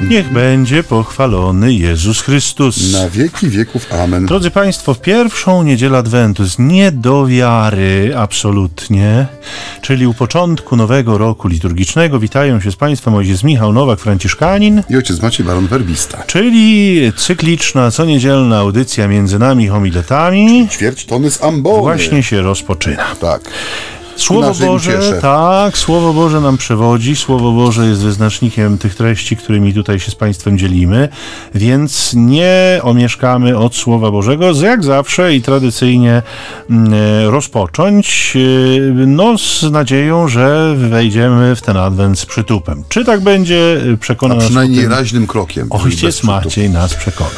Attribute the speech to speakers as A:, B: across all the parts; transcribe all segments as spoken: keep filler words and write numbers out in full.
A: Niech będzie pochwalony Jezus Chrystus.
B: Na wieki wieków. Amen.
A: Drodzy Państwo, w pierwszą niedzielę Adwentu jest nie do wiary absolutnie, czyli u początku nowego roku liturgicznego witają się z Państwem ojciec Michał Nowak-Franciszkanin
B: i ojciec Maciej Baron-Werbista.
A: Czyli cykliczna, coniedzielna audycja między nami homiletami.
B: Ćwierć tony z ambony.
A: Właśnie się rozpoczyna.
B: Tak.
A: Słowo Boże, tak, Słowo Boże nam przewodzi, Słowo Boże jest wyznacznikiem tych treści, którymi tutaj się z Państwem dzielimy, więc nie omieszkamy od Słowa Bożego, jak zawsze i tradycyjnie rozpocząć, no z nadzieją, że wejdziemy w ten Adwent z przytupem. Czy tak będzie, przekona nas.
B: A przynajmniej raźnym krokiem.
A: Ojciec Maciej nas przekona.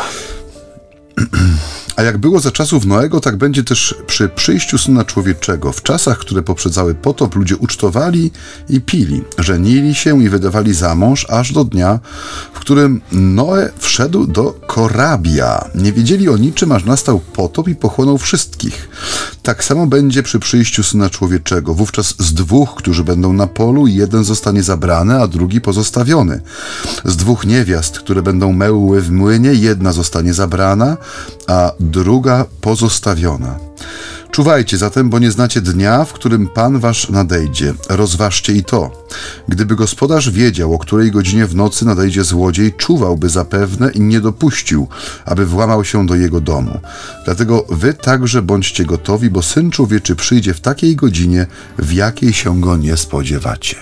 B: A jak było za czasów Noego, tak będzie też przy przyjściu Syna Człowieczego. W czasach, które poprzedzały potop, ludzie ucztowali i pili, żenili się i wydawali za mąż, aż do dnia, w którym Noe wszedł do korabia. Nie wiedzieli o niczym, aż nastał potop i pochłonął wszystkich. Tak samo będzie przy przyjściu Syna Człowieczego. Wówczas z dwóch, którzy będą na polu, jeden zostanie zabrany, a drugi pozostawiony. Z dwóch niewiast, które będą mełły w młynie, jedna zostanie zabrana, a druga pozostawiona. Czuwajcie zatem, bo nie znacie dnia, w którym Pan wasz nadejdzie. Rozważcie i to. Gdyby gospodarz wiedział, o której godzinie w nocy nadejdzie złodziej, czuwałby zapewne i nie dopuścił, aby włamał się do jego domu. Dlatego wy także bądźcie gotowi, bo Syn Człowieczy przyjdzie w takiej godzinie, w jakiej się go nie spodziewacie.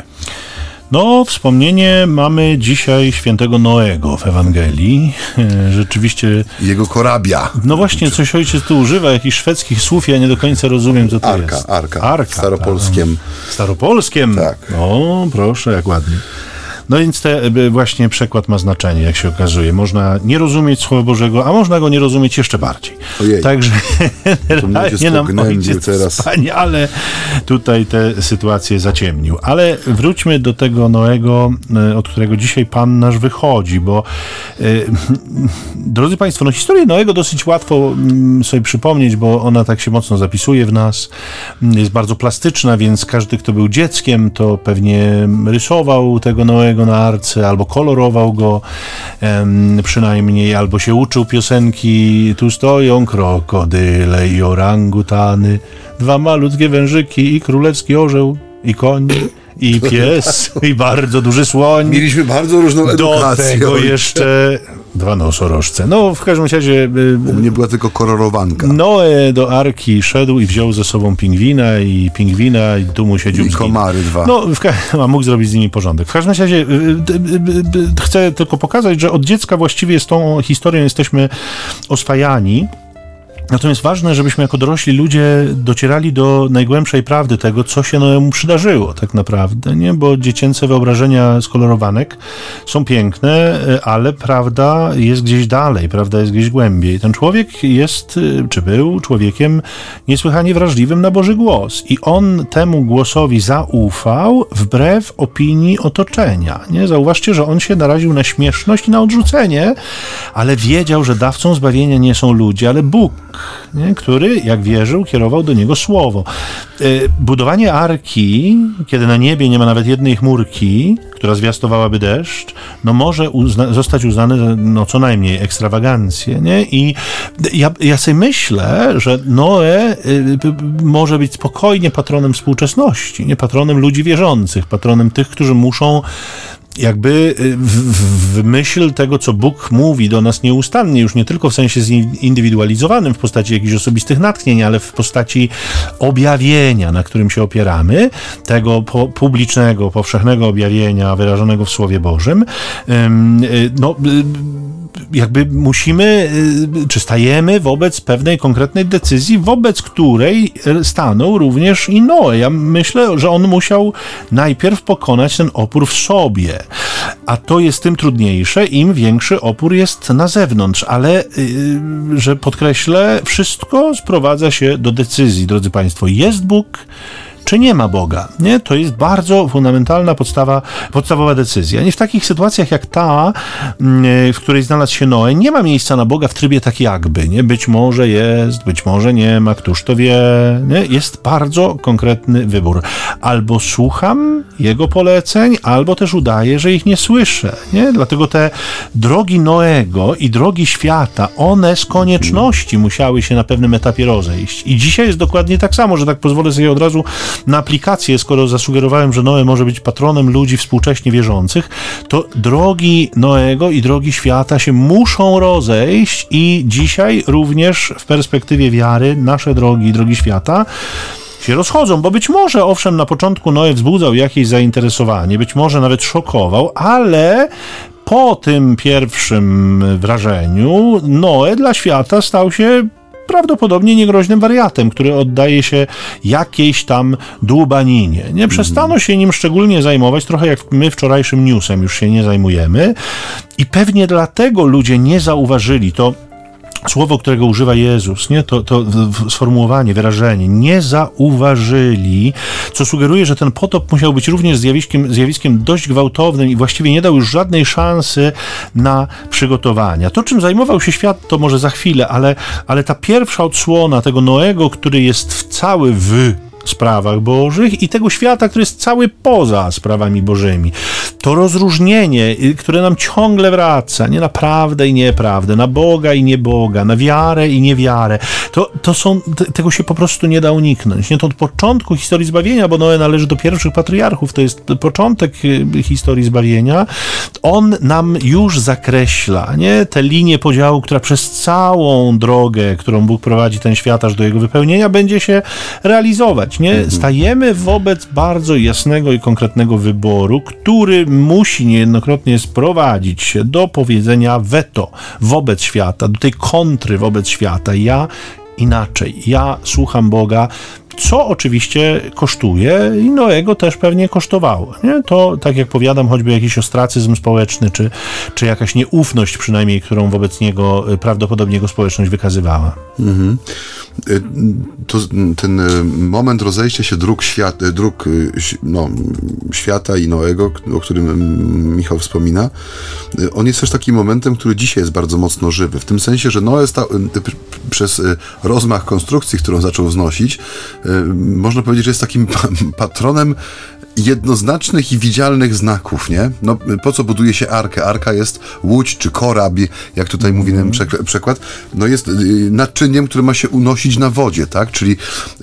A: No, wspomnienie mamy dzisiaj świętego Noego w Ewangelii. Rzeczywiście...
B: Jego korabia.
A: No właśnie, coś ojciec tu używa, jakichś szwedzkich słów, ja nie do końca rozumiem, co to
B: arka,
A: jest.
B: Arka,
A: arka.
B: Staropolskiem.
A: Tak. Staropolskiem?
B: Tak.
A: O, proszę, jak ładnie. No więc te, właśnie przekład ma znaczenie, jak się okazuje. Można nie rozumieć Słowa Bożego, a można go nie rozumieć jeszcze bardziej.
B: Ojej.
A: Także nie nam ojciec
B: teraz.
A: wspaniale tutaj tę sytuację zaciemnił. Ale wróćmy do tego Noego, od którego dzisiaj Pan nasz wychodzi, bo y, drodzy Państwo, no historię Noego dosyć łatwo sobie przypomnieć, bo ona tak się mocno zapisuje w nas. Jest bardzo plastyczna, więc każdy, kto był dzieckiem, to pewnie rysował tego Noego na arce, albo kolorował go em, przynajmniej, albo się uczył piosenki Tu stoją krokodyle i orangutany, dwa malutkie wężyki i królewski orzeł i koń i pies i bardzo duży słoń.
B: Mieliśmy bardzo różną edukację.
A: Do tego jeszcze dwa nosorożce. No, w każdym razie...
B: U mnie była tylko kolorowanka.
A: Noe do arki szedł i wziął ze sobą pingwina i pingwina i tu mu siedził.
B: I komary dwa.
A: No, w ka- a mógł zrobić z nimi porządek. W każdym razie y, y, y, y, chcę tylko pokazać, że od dziecka właściwie z tą historią jesteśmy oswajani. Natomiast ważne, żebyśmy jako dorośli ludzie docierali do najgłębszej prawdy tego, co się Noemu przydarzyło tak naprawdę, nie? Bo dziecięce wyobrażenia z kolorowanek są piękne, ale prawda jest gdzieś dalej, prawda jest gdzieś głębiej. Ten człowiek jest, czy był człowiekiem niesłychanie wrażliwym na Boży głos i on temu głosowi zaufał wbrew opinii otoczenia, nie? Zauważcie, że on się naraził na śmieszność i na odrzucenie, ale wiedział, że dawcą zbawienia nie są ludzie, ale Bóg, nie? Który, jak wierzył, kierował do niego słowo. Budowanie arki, kiedy na niebie nie ma nawet jednej chmurki, która zwiastowałaby deszcz, no może uzna- zostać uznane no co najmniej ekstrawagancję, nie? I ja, ja sobie myślę, że Noe y, y, może być spokojnie patronem współczesności, nie? Patronem ludzi wierzących, patronem tych, którzy muszą jakby w, w myśl tego, co Bóg mówi do nas nieustannie, już nie tylko w sensie zindywidualizowanym w postaci jakichś osobistych natchnień, ale w postaci objawienia, na którym się opieramy, tego po, publicznego, powszechnego objawienia wyrażonego w Słowie Bożym, no jakby musimy, czy stajemy wobec pewnej konkretnej decyzji, wobec której stanął również i Noe. Ja myślę, że on musiał najpierw pokonać ten opór w sobie, a to jest tym trudniejsze, im większy opór jest na zewnątrz, ale, yy, że podkreślę, wszystko sprowadza się do decyzji, drodzy Państwo. Jest Bóg, czy nie ma Boga. Nie? To jest bardzo fundamentalna podstawa, podstawowa decyzja. Nie w takich sytuacjach jak ta, w której znalazł się Noe, nie ma miejsca na Boga w trybie tak jakby. Nie? Być może jest, być może nie ma, któż to wie. Nie? Jest bardzo konkretny wybór. Albo słucham Jego poleceń, albo też udaję, że ich nie słyszę. Nie? Dlatego te drogi Noego i drogi świata, one z konieczności musiały się na pewnym etapie rozejść. I dzisiaj jest dokładnie tak samo, że tak pozwolę sobie od razu na aplikację, skoro zasugerowałem, że Noe może być patronem ludzi współcześnie wierzących, to drogi Noego i drogi świata się muszą rozejść i dzisiaj również w perspektywie wiary nasze drogi i drogi świata się rozchodzą, bo być może, owszem, na początku Noe wzbudzał jakieś zainteresowanie, być może nawet szokował, ale po tym pierwszym wrażeniu Noe dla świata stał się prawdopodobnie niegroźnym wariatem, który oddaje się jakiejś tam dłubaninie. Nie przestano się nim szczególnie zajmować, trochę jak my wczorajszym newsem już się nie zajmujemy i pewnie dlatego ludzie nie zauważyli to słowo, którego używa Jezus, nie? To, to sformułowanie, wyrażenie, nie zauważyli, co sugeruje, że ten potop musiał być również zjawiskiem, zjawiskiem dość gwałtownym i właściwie nie dał już żadnej szansy na przygotowania. To, czym zajmował się świat, to może za chwilę, ale, ale ta pierwsza odsłona tego Noego, który jest w cały w sprawach bożych i tego świata, który jest cały poza sprawami bożymi. To rozróżnienie, które nam ciągle wraca, nie na prawdę i nieprawdę, na Boga i nieboga, na wiarę i niewiarę, to, to są, te, tego się po prostu nie da uniknąć. Nie? To od początku historii zbawienia, bo Noe należy do pierwszych patriarchów, to jest początek historii zbawienia, on nam już zakreśla, nie? Tę linię podziału, która przez całą drogę, którą Bóg prowadzi ten świat aż do jego wypełnienia, będzie się realizować. Nie? Stajemy wobec bardzo jasnego i konkretnego wyboru, który musi niejednokrotnie sprowadzić się do powiedzenia weto wobec świata, do tej kontry wobec świata. Ja inaczej, ja słucham Boga, co oczywiście kosztuje i Noego też pewnie kosztowało. Nie? To, tak jak powiadam, choćby jakiś ostracyzm społeczny, czy, czy jakaś nieufność przynajmniej, którą wobec niego prawdopodobnie jego społeczność wykazywała. Mhm.
B: To, ten moment rozejścia się dróg, świat, dróg no, świata i Noego, o którym Michał wspomina, on jest też takim momentem, który dzisiaj jest bardzo mocno żywy. W tym sensie, że Noe stał, przez rozmach konstrukcji, którą zaczął wznosić, można powiedzieć, że jest takim patronem jednoznacznych i widzialnych znaków, nie? No, po co buduje się arkę? Arka jest łódź czy korab, jak tutaj mm. mówi nam przekład, no jest naczyniem, które ma się unosić na wodzie, tak? Czyli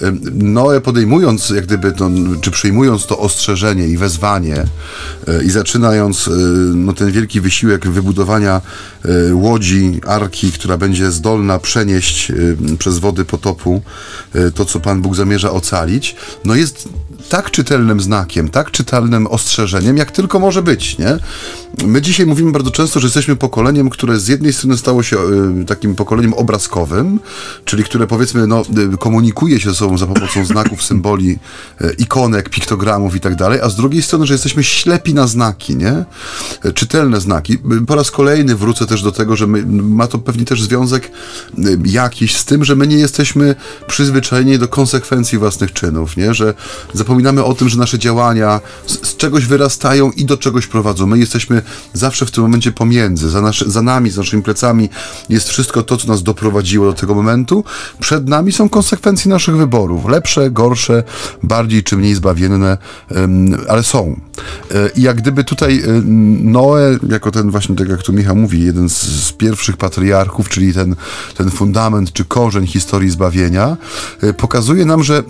B: Noe podejmując, jak gdyby, to, czy przyjmując to ostrzeżenie i wezwanie i zaczynając no, ten wielki wysiłek wybudowania łodzi, arki, która będzie zdolna przenieść przez wody potopu to, co Pan Bóg zamierza ocalić, no jest tak czytelnym znakiem, tak czytelnym ostrzeżeniem, jak tylko może być, nie? My dzisiaj mówimy bardzo często, że jesteśmy pokoleniem, które z jednej strony stało się y, takim pokoleniem obrazkowym, czyli które, powiedzmy, no, y, komunikuje się ze sobą za pomocą znaków, symboli, y, ikonek, piktogramów i tak dalej, a z drugiej strony, że jesteśmy ślepi na znaki, nie? Y, czytelne znaki. Y, po raz kolejny wrócę też do tego, że my, ma to pewnie też związek y, jakiś z tym, że my nie jesteśmy przyzwyczajeni do konsekwencji własnych czynów, nie? Że zapominamy o tym, że nasze działania z, z czegoś wyrastają i do czegoś prowadzą. My jesteśmy zawsze w tym momencie pomiędzy. Za, naszy, za nami, za naszymi plecami jest wszystko to, co nas doprowadziło do tego momentu. Przed nami są konsekwencje naszych wyborów. Lepsze, gorsze, bardziej czy mniej zbawienne, um, ale są. I jak gdyby tutaj Noe, jako ten właśnie, tak jak tu Michał mówi, jeden z, z pierwszych patriarchów, czyli ten, ten fundament czy korzeń historii zbawienia, pokazuje nam, że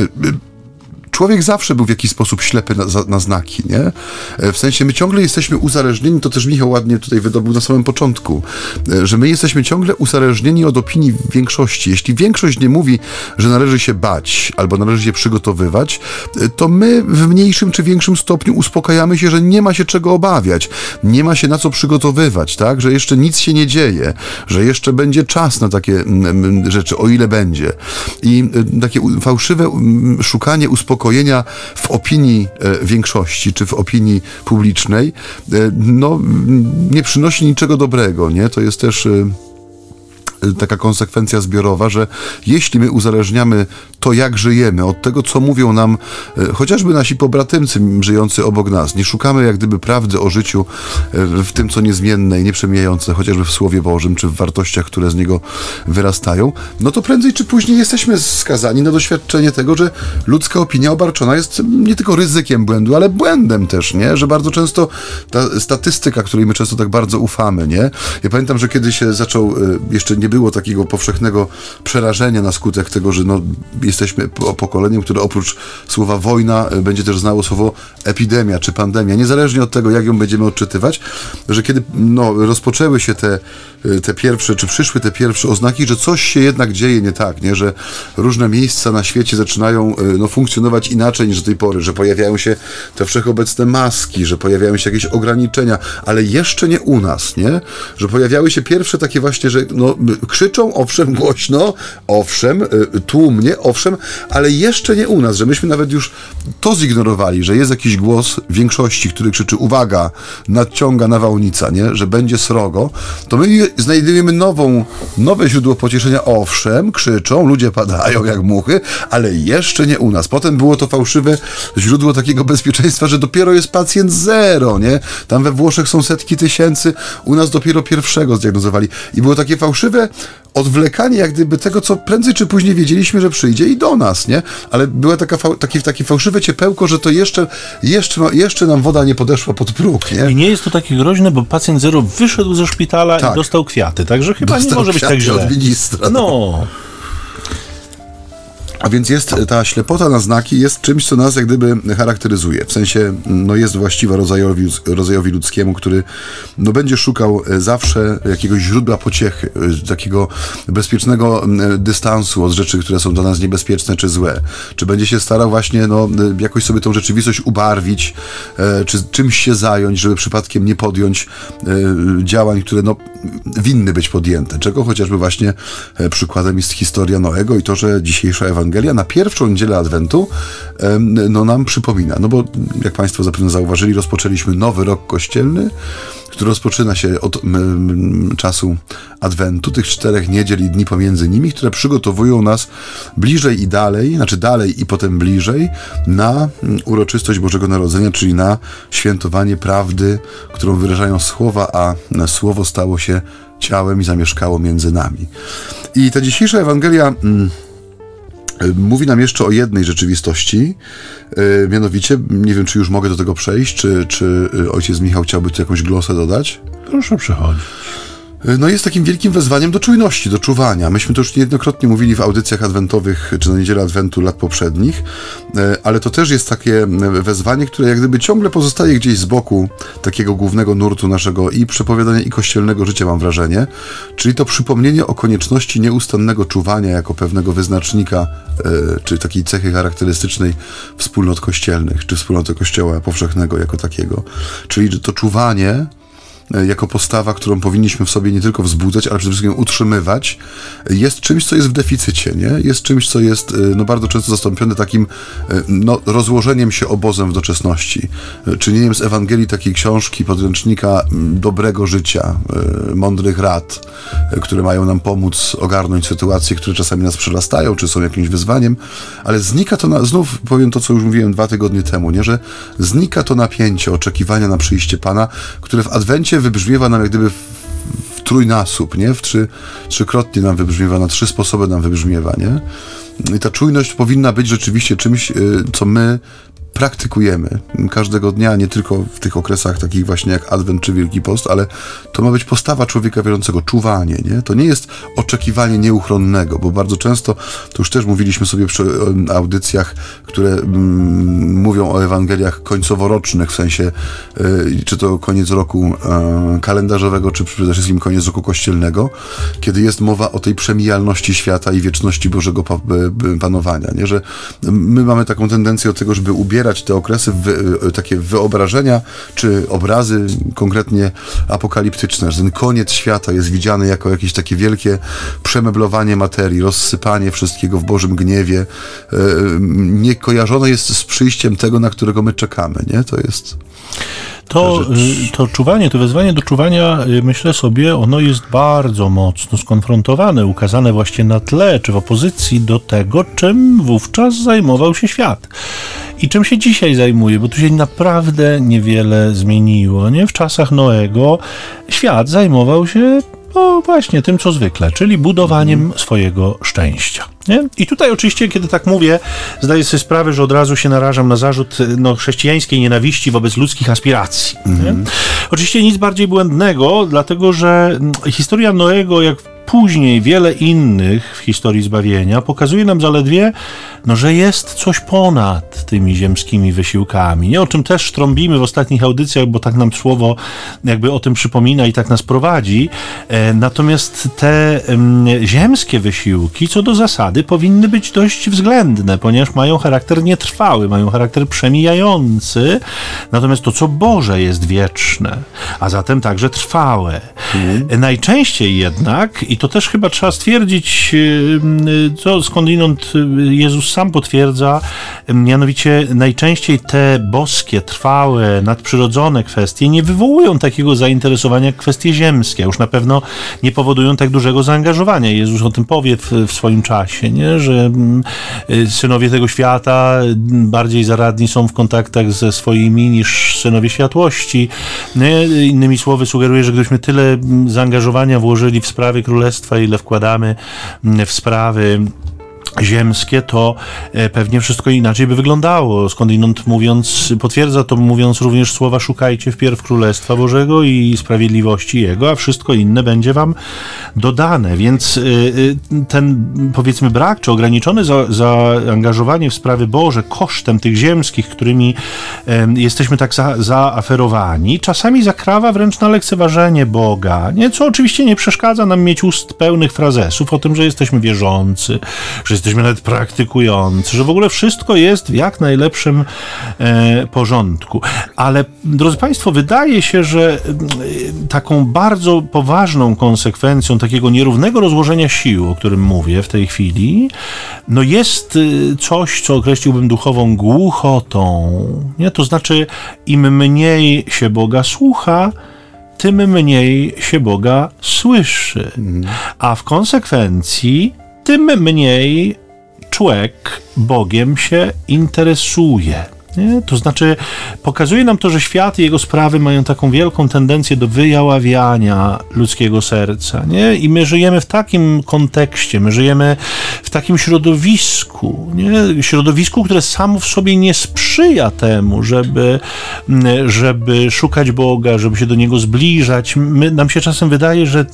B: człowiek zawsze był w jakiś sposób ślepy na, na znaki, nie? W sensie my ciągle jesteśmy uzależnieni, to też Michał ładnie tutaj wydobył na samym początku, że my jesteśmy ciągle uzależnieni od opinii większości. Jeśli większość nie mówi, że należy się bać albo należy się przygotowywać, to my w mniejszym czy większym stopniu uspokajamy się, że nie ma się czego obawiać, nie ma się na co przygotowywać, tak? Że jeszcze nic się nie dzieje, że jeszcze będzie czas na takie rzeczy, o ile będzie. I takie fałszywe szukanie uspokojenia w opinii e, większości, czy w opinii publicznej, e, no, nie przynosi niczego dobrego, nie? To jest też e, taka konsekwencja zbiorowa, że jeśli my uzależniamy to, jak żyjemy, od tego, co mówią nam e, chociażby nasi pobratymcy żyjący obok nas, nie szukamy jak gdyby prawdy o życiu e, w tym, co niezmienne i nieprzemijające, chociażby w Słowie Bożym, czy w wartościach, które z niego wyrastają, no to prędzej czy później jesteśmy skazani na doświadczenie tego, że ludzka opinia obarczona jest nie tylko ryzykiem błędu, ale błędem też, nie? Że bardzo często ta statystyka, której my często tak bardzo ufamy, nie? Ja pamiętam, że kiedy się zaczął, jeszcze nie było takiego powszechnego przerażenia na skutek tego, że no, jesteśmy pokoleniem, które oprócz słowa wojna będzie też znało słowo epidemia czy pandemia, niezależnie od tego, jak ją będziemy odczytywać, że kiedy no, rozpoczęły się te, te pierwsze, czy przyszły te pierwsze oznaki, że coś się jednak dzieje nie tak, nie? Że różne miejsca na świecie zaczynają no, funkcjonować inaczej niż do tej pory, że pojawiają się te wszechobecne maski, że pojawiają się jakieś ograniczenia, ale jeszcze nie u nas, nie? Że pojawiały się pierwsze takie właśnie, że no, krzyczą, owszem, głośno, owszem, tłumnie, owszem, ale jeszcze nie u nas, że myśmy nawet już to zignorowali, że jest jakiś głos większości, który krzyczy, uwaga, nadciąga nawałnica, nie? Że będzie srogo, to my znajdujemy nową, nowe źródło pocieszenia, owszem, krzyczą, ludzie padają jak muchy, ale jeszcze nie u nas. Potem było to fałszywe źródło takiego bezpieczeństwa, że dopiero jest pacjent zero, nie? Tam we Włoszech są setki tysięcy, u nas dopiero pierwszego zdiagnozowali. I było takie fałszywe odwlekanie jak gdyby tego, co prędzej czy później wiedzieliśmy, że przyjdzie i do nas, nie? Ale była taka fa- takie, takie fałszywe ciepełko, że to jeszcze, jeszcze, jeszcze nam woda nie podeszła pod próg, nie?
A: I nie jest to takie groźne, bo pacjent zero wyszedł ze szpitala tak. i dostał kwiaty, także chyba dostał nie może być tak źle.
B: Od ministra,
A: no. no.
B: A więc jest ta ślepota na znaki, jest czymś, co nas jak gdyby charakteryzuje. W sensie, no jest właściwa rodzajowi, rodzajowi ludzkiemu, który no będzie szukał zawsze jakiegoś źródła pociechy, takiego bezpiecznego dystansu od rzeczy, które są dla nas niebezpieczne czy złe. Czy będzie się starał właśnie no, jakoś sobie tą rzeczywistość ubarwić, czy czymś się zająć, żeby przypadkiem nie podjąć działań, które no, winny być podjęte. Czego chociażby właśnie przykładem jest historia Noego i to, że dzisiejsza Ewangelia na pierwszą niedzielę Adwentu no, nam przypomina. No bo jak Państwo zapewne zauważyli, rozpoczęliśmy nowy rok kościelny, który rozpoczyna się od m, m, czasu Adwentu, tych czterech niedziel i dni pomiędzy nimi, które przygotowują nas bliżej i dalej, znaczy dalej i potem bliżej na uroczystość Bożego Narodzenia, czyli na świętowanie prawdy, którą wyrażają słowa, a słowo stało się ciałem i zamieszkało między nami. I ta dzisiejsza Ewangelia m, mówi nam jeszcze o jednej rzeczywistości, yy, mianowicie, nie wiem, czy już mogę do tego przejść, czy, czy ojciec Michał chciałby tu jakąś glosę dodać?
A: Proszę przechodzić.
B: No jest takim wielkim wezwaniem do czujności, do czuwania. Myśmy to już niejednokrotnie mówili w audycjach adwentowych, czy na niedzielę Adwentu lat poprzednich, ale to też jest takie wezwanie, które jak gdyby ciągle pozostaje gdzieś z boku takiego głównego nurtu naszego i przepowiadania, i kościelnego życia, mam wrażenie, czyli to przypomnienie o konieczności nieustannego czuwania jako pewnego wyznacznika, czy takiej cechy charakterystycznej wspólnot kościelnych, czy wspólnoty Kościoła powszechnego jako takiego. Czyli to czuwanie jako postawa, którą powinniśmy w sobie nie tylko wzbudzać, ale przede wszystkim utrzymywać, jest czymś, co jest w deficycie, nie? Jest czymś, co jest no, bardzo często zastąpione takim no, rozłożeniem się obozem w doczesności, czynieniem z Ewangelii takiej książki, podręcznika dobrego życia, mądrych rad, które mają nam pomóc ogarnąć sytuacje, które czasami nas przerastają, czy są jakimś wyzwaniem, ale znika to, na, znów powiem to, co już mówiłem dwa tygodnie temu, nie? Że znika to napięcie oczekiwania na przyjście Pana, które w Adwencie wybrzmiewa nam jak gdyby w, w trójnasób, nie? W trzy, trzykrotnie nam wybrzmiewa, na trzy sposoby nam wybrzmiewa, nie? I ta czujność powinna być rzeczywiście czymś, co my praktykujemy każdego dnia, nie tylko w tych okresach takich właśnie jak Adwent czy Wielki Post, ale to ma być postawa człowieka wierzącego, czuwanie, nie? To nie jest oczekiwanie nieuchronnego, bo bardzo często, to już też mówiliśmy sobie przy audycjach, które mm, mówią o Ewangeliach końcoworocznych, w sensie y, czy to koniec roku y, kalendarzowego, czy przede wszystkim koniec roku kościelnego, kiedy jest mowa o tej przemijalności świata i wieczności Bożego pa, y, panowania, nie? Że my mamy taką tendencję do tego, żeby ubierać te okresy w wy, takie wyobrażenia, czy obrazy konkretnie apokaliptyczne, że ten koniec świata jest widziany jako jakieś takie wielkie przemeblowanie materii, rozsypanie wszystkiego w Bożym gniewie, yy, nie kojarzone jest z przyjściem tego, na którego my czekamy, nie? To jest...
A: To, to czuwanie, to wezwanie do czuwania, myślę sobie, ono jest bardzo mocno skonfrontowane, ukazane właśnie na tle, czy w opozycji do tego, czym wówczas zajmował się świat. I czym się dzisiaj zajmuje, bo tu się naprawdę niewiele zmieniło, nie? W czasach Noego świat zajmował się, no właśnie, tym co zwykle, czyli budowaniem swojego szczęścia. Nie? I tutaj oczywiście, kiedy tak mówię, zdaję sobie sprawę, że od razu się narażam na zarzut no, chrześcijańskiej nienawiści wobec ludzkich aspiracji. Mm. Oczywiście nic bardziej błędnego, dlatego że historia Noego, jak później wiele innych w historii zbawienia, pokazuje nam zaledwie, no, że jest coś ponad tymi ziemskimi wysiłkami. Nie? O czym też trąbimy w ostatnich audycjach, bo tak nam słowo jakby o tym przypomina i tak nas prowadzi. E, natomiast te m, ziemskie wysiłki, co do zasady, powinny być dość względne, ponieważ mają charakter nietrwały, mają charakter przemijający. Natomiast to, co Boże, jest wieczne, a zatem także trwałe. Mm. E, najczęściej jednak, i to też chyba trzeba stwierdzić, co skądinąd Jezus sam potwierdza, mianowicie najczęściej te boskie, trwałe, nadprzyrodzone kwestie nie wywołują takiego zainteresowania jak kwestie ziemskie, już na pewno nie powodują tak dużego zaangażowania. Jezus o tym powie w, w swoim czasie, nie? Że synowie tego świata bardziej zaradni są w kontaktach ze swoimi niż synowie światłości. Nie? Innymi słowy sugeruje, że gdybyśmy tyle zaangażowania włożyli w sprawy królestwa, ile wkładamy w sprawy ziemskie, to pewnie wszystko inaczej by wyglądało. Skądinąd mówiąc, potwierdza to mówiąc również słowa: szukajcie wpierw Królestwa Bożego i sprawiedliwości Jego, a wszystko inne będzie wam dodane. Więc ten, powiedzmy, brak czy ograniczone za, zaangażowanie w sprawy Boże kosztem tych ziemskich, którymi jesteśmy tak za, zaaferowani, czasami zakrawa wręcz na lekceważenie Boga, nie? Co oczywiście nie przeszkadza nam mieć ust pełnych frazesów o tym, że jesteśmy wierzący, że jesteśmy nawet praktykujący, że w ogóle wszystko jest w jak najlepszym e, porządku. Ale, drodzy Państwo, wydaje się, że e, taką bardzo poważną konsekwencją takiego nierównego rozłożenia sił, o którym mówię w tej chwili, no jest e, coś, co określiłbym duchową głuchotą. Nie? To znaczy, im mniej się Boga słucha, tym mniej się Boga słyszy. A w konsekwencji tym mniej człowiek Bogiem się interesuje. Nie? To znaczy, pokazuje nam to, że świat i jego sprawy mają taką wielką tendencję do wyjaławiania ludzkiego serca. Nie? I my żyjemy w takim kontekście, my żyjemy w takim środowisku, nie? Środowisku, które samo w sobie nie sprzyja temu, żeby, żeby szukać Boga, żeby się do Niego zbliżać. My, nam się czasem wydaje, że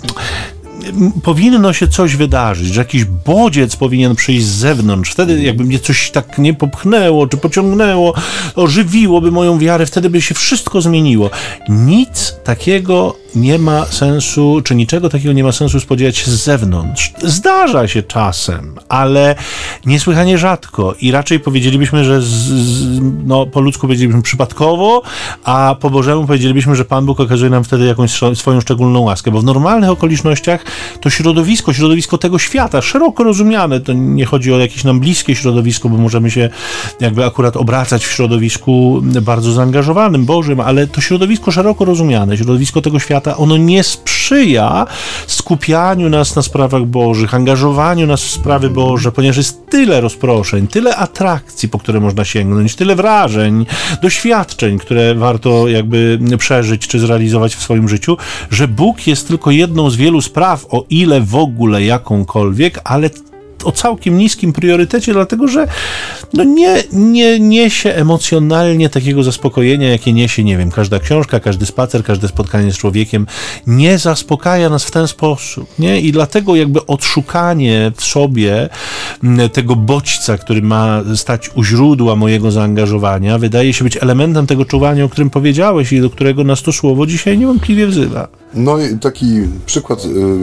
A: powinno się coś wydarzyć, że jakiś bodziec powinien przyjść z zewnątrz. Wtedy jakby mnie coś tak nie popchnęło, czy pociągnęło, ożywiłoby moją wiarę, wtedy by się wszystko zmieniło. Nic takiego nie ma sensu, czy niczego takiego nie ma sensu spodziewać się z zewnątrz. Zdarza się czasem, ale niesłychanie rzadko i raczej powiedzielibyśmy, że z, z, no, po ludzku powiedzielibyśmy przypadkowo, a po Bożemu powiedzielibyśmy, że Pan Bóg okazuje nam wtedy jakąś swoją szczególną łaskę, bo w normalnych okolicznościach to środowisko, środowisko tego świata, szeroko rozumiane, to nie chodzi o jakieś nam bliskie środowisko, bo możemy się jakby akurat obracać w środowisku bardzo zaangażowanym, Bożym, ale to środowisko szeroko rozumiane, środowisko tego świata, ono nie sprzyja skupianiu nas na sprawach Bożych, angażowaniu nas w sprawy Boże, ponieważ jest tyle rozproszeń, tyle atrakcji, po które można sięgnąć, tyle wrażeń, doświadczeń, które warto jakby przeżyć czy zrealizować w swoim życiu, że Bóg jest tylko jedną z wielu spraw, o ile w ogóle jakąkolwiek, ale o całkiem niskim priorytecie, dlatego że no nie, nie niesie emocjonalnie takiego zaspokojenia, jakie niesie, nie wiem, każda książka, każdy spacer, każde spotkanie z człowiekiem, nie zaspokaja nas w ten sposób, nie? I dlatego jakby odszukanie w sobie tego bodźca, który ma stać u źródła mojego zaangażowania, wydaje się być elementem tego czuwania, o którym powiedziałeś i do którego nas to słowo dzisiaj niewątpliwie wzywa.
B: No i taki przykład, yy,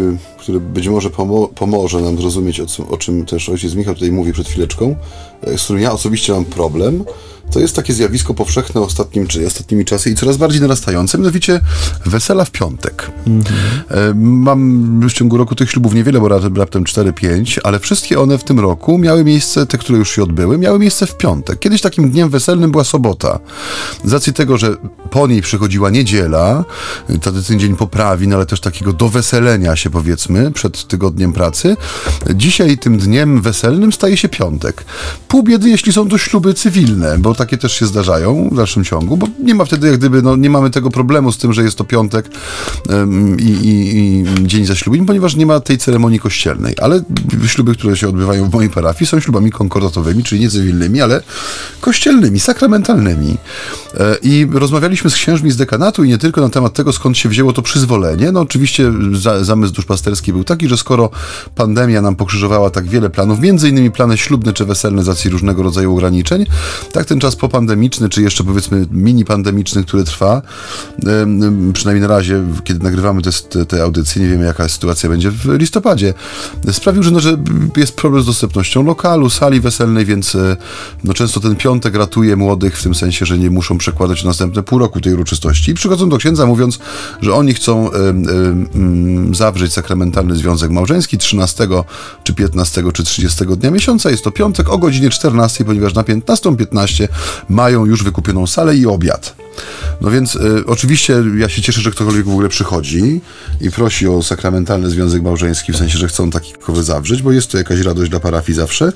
B: który być może pomo- pomoże nam zrozumieć, o, co, o czym też ojciec Michał tutaj mówi przed chwileczką, z którym ja osobiście mam problem, to jest takie zjawisko powszechne ostatnim, czy ostatnimi czasy i coraz bardziej narastające, mianowicie wesela w piątek. Mm-hmm. Mam w ciągu roku tych ślubów niewiele, bo raptem cztery pięć, ale wszystkie one w tym roku miały miejsce, te, które już się odbyły, miały miejsce w piątek. Kiedyś takim dniem weselnym była sobota. Z racji tego, że po niej przychodziła niedziela, tradycyjny dzień poprawin, ale też takiego doweselenia się, powiedzmy, przed tygodniem pracy, dzisiaj tym dniem weselnym staje się piątek. Pół biedy, jeśli są to śluby cywilne, bo takie też się zdarzają w dalszym ciągu, bo nie ma wtedy jak gdyby, no nie mamy tego problemu z tym, że jest to piątek um, i, i, i dzień zaślubin, ponieważ nie ma tej ceremonii kościelnej, ale śluby, które się odbywają w mojej parafii są ślubami konkordatowymi, czyli nie cywilnymi, ale kościelnymi, sakramentalnymi. E, I rozmawialiśmy z księżmi z dekanatu i nie tylko na temat tego, skąd się wzięło to przyzwolenie. No oczywiście za, zamysł duszpasterski był taki, że skoro pandemia nam pokrzyżowała tak wiele planów, między innymi plany ślubne czy weselne z racji różnego rodzaju ograniczeń, tak ten czas popandemiczny, czy jeszcze powiedzmy mini-pandemiczny, który trwa, przynajmniej na razie, kiedy nagrywamy te, te audycje, nie wiemy jaka sytuacja będzie w listopadzie, sprawił, że, no, że jest problem z dostępnością lokalu, sali weselnej, więc no, często ten piątek ratuje młodych w tym sensie, że nie muszą przekładać na następne pół roku tej uroczystości. I przychodzą do księdza mówiąc, że oni chcą y, y, y, zawrzeć sakramentalny związek małżeński trzynastego, czy piętnastego, czy trzydziestego dnia miesiąca. Jest to piątek o godzinie czternastej, ponieważ na piętnastą piętnaście mają już wykupioną salę i obiad. No więc y, oczywiście ja się cieszę, że ktokolwiek w ogóle przychodzi i prosi o sakramentalny związek małżeński, w sensie, że chcą taki kowy zawrzeć, bo jest to jakaś radość dla parafii zawsze,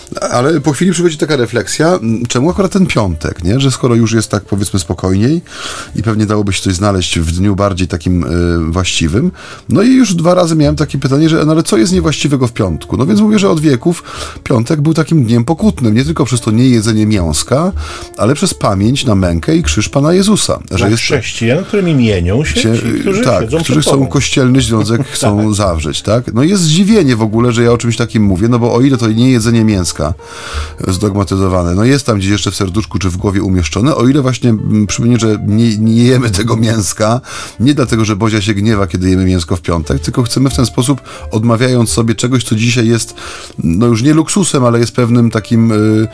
B: ale po chwili przychodzi taka refleksja, czemu akurat ten piątek, nie? Że skoro już jest tak powiedzmy spokojniej i pewnie dałoby się coś znaleźć w dniu bardziej takim y, właściwym, no i już dwa razy miałem takie pytanie, że no ale co jest niewłaściwego w piątku? No więc mówię, że od wieków piątek był takim dniem pokutnym, nie tylko przez to niejedzenie mięska, ale przez pamięć na mękę i krzyż Pana Jezusa. Że
A: dla
B: jest
A: chrześcijan, którymi mienią się, się ci, którzy
B: tak, którzy chcą kościelny związek chcą tak. zawrzeć, tak? No jest zdziwienie w ogóle, że ja o czymś takim mówię, no bo o ile to nie jedzenie mięska zdogmatyzowane, no jest tam gdzieś jeszcze w serduszku czy w głowie umieszczone, o ile właśnie przypomnę, że nie, nie jemy tego mięska, nie dlatego, że Bozia się gniewa, kiedy jemy mięsko w piątek, tylko chcemy w ten sposób, odmawiając sobie czegoś, co dzisiaj jest, no już nie luksusem, ale jest pewnym takim,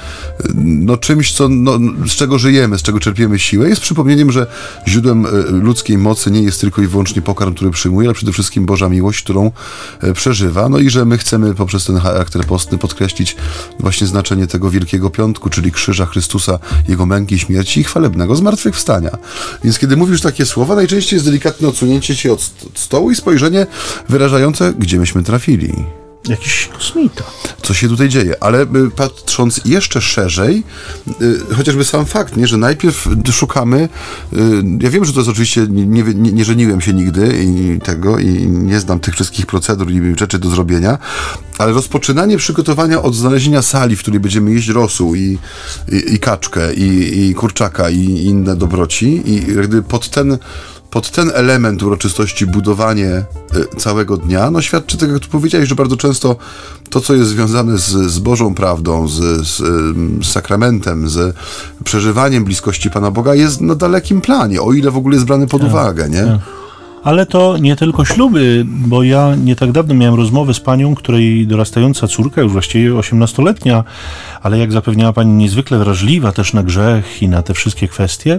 B: no czymś, co, no, z czego żyjemy, z czego czerpiemy siłę, jest przypomnieniem, że źródłem ludzkiej mocy nie jest tylko i wyłącznie pokarm, który przyjmuje, ale przede wszystkim Boża miłość, którą przeżywa. No i że my chcemy poprzez ten charakter postny podkreślić właśnie znaczenie tego Wielkiego Piątku, czyli krzyża Chrystusa, Jego męki, śmierci i chwalebnego zmartwychwstania. Więc kiedy mówisz takie słowa, najczęściej jest delikatne odsunięcie się od stołu i spojrzenie wyrażające, gdzie myśmy trafili.
A: Jakiś kosmita.
B: Co się tutaj dzieje, ale y, patrząc jeszcze szerzej, y, chociażby sam fakt, nie, że najpierw szukamy, y, ja wiem, że to jest oczywiście, nie, nie, nie żeniłem się nigdy i tego i nie znam tych wszystkich procedur i rzeczy do zrobienia, ale rozpoczynanie przygotowania od znalezienia sali, w której będziemy jeść rosół i, i, i kaczkę i, i kurczaka i inne dobroci i gdy pod ten Pod ten element uroczystości budowanie y, całego dnia, no świadczy tego, jak tu powiedziałeś, że bardzo często to, co jest związane z, z Bożą prawdą, z, z, z sakramentem, z przeżywaniem bliskości Pana Boga jest na dalekim planie, o ile w ogóle jest brany pod ja, uwagę, nie? Ja.
A: Ale to nie tylko śluby, bo ja nie tak dawno miałem rozmowę z panią, której dorastająca córka, już właściwie osiemnastoletnia, ale jak zapewniała pani, niezwykle wrażliwa też na grzech i na te wszystkie kwestie,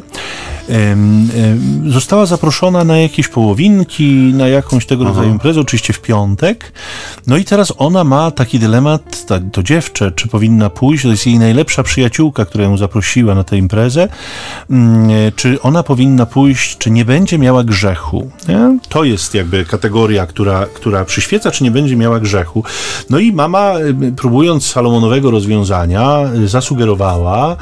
A: em, em, została zaproszona na jakieś połowinki, na jakąś tego rodzaju imprezę, oczywiście w piątek. No i teraz ona ma taki dylemat, ta, to dziewczę, czy powinna pójść, to jest jej najlepsza przyjaciółka, która ją zaprosiła na tę imprezę, mm, czy ona powinna pójść, czy nie będzie miała grzechu. Nie? To jest jakby kategoria, która, która przyświeca, czy nie będzie miała grzechu. No i mama, próbując salomonowego rozwiązania, zasugerowała,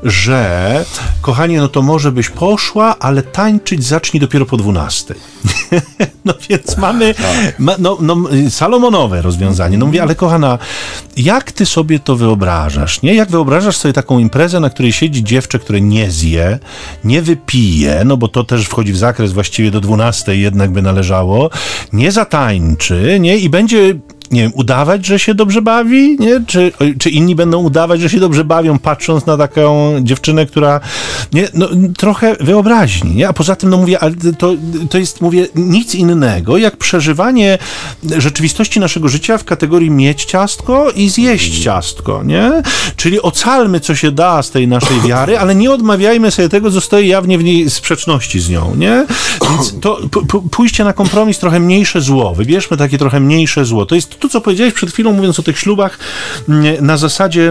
A: że kochanie, no to może byś poszła, ale tańczyć zacznij dopiero po dwunastej. No więc mamy ma, no, no, salomonowe rozwiązanie. No mówię, ale kochana, jak ty sobie to wyobrażasz, nie? Jak wyobrażasz sobie taką imprezę, na której siedzi dziewczę, które nie zje, nie wypije, no bo to też wchodzi w zakres właściwie do dwunastej jednak by należało, nie zatańczy, nie? I będzie nie wiem, udawać, że się dobrze bawi, nie? Czy, czy inni będą udawać, że się dobrze bawią, patrząc na taką dziewczynę, która, nie? No, trochę wyobraźni, nie? A poza tym, no mówię, ale to, to jest, mówię, nic innego, jak przeżywanie rzeczywistości naszego życia w kategorii mieć ciastko i zjeść ciastko, nie? Czyli ocalmy, co się da z tej naszej wiary, ale nie odmawiajmy sobie tego, co stoi jawnie w niej sprzeczności z nią, nie? Więc to p- pójście na kompromis, trochę mniejsze zło, wybierzmy takie trochę mniejsze zło. To jest to, co powiedziałeś przed chwilą, mówiąc o tych ślubach, na zasadzie,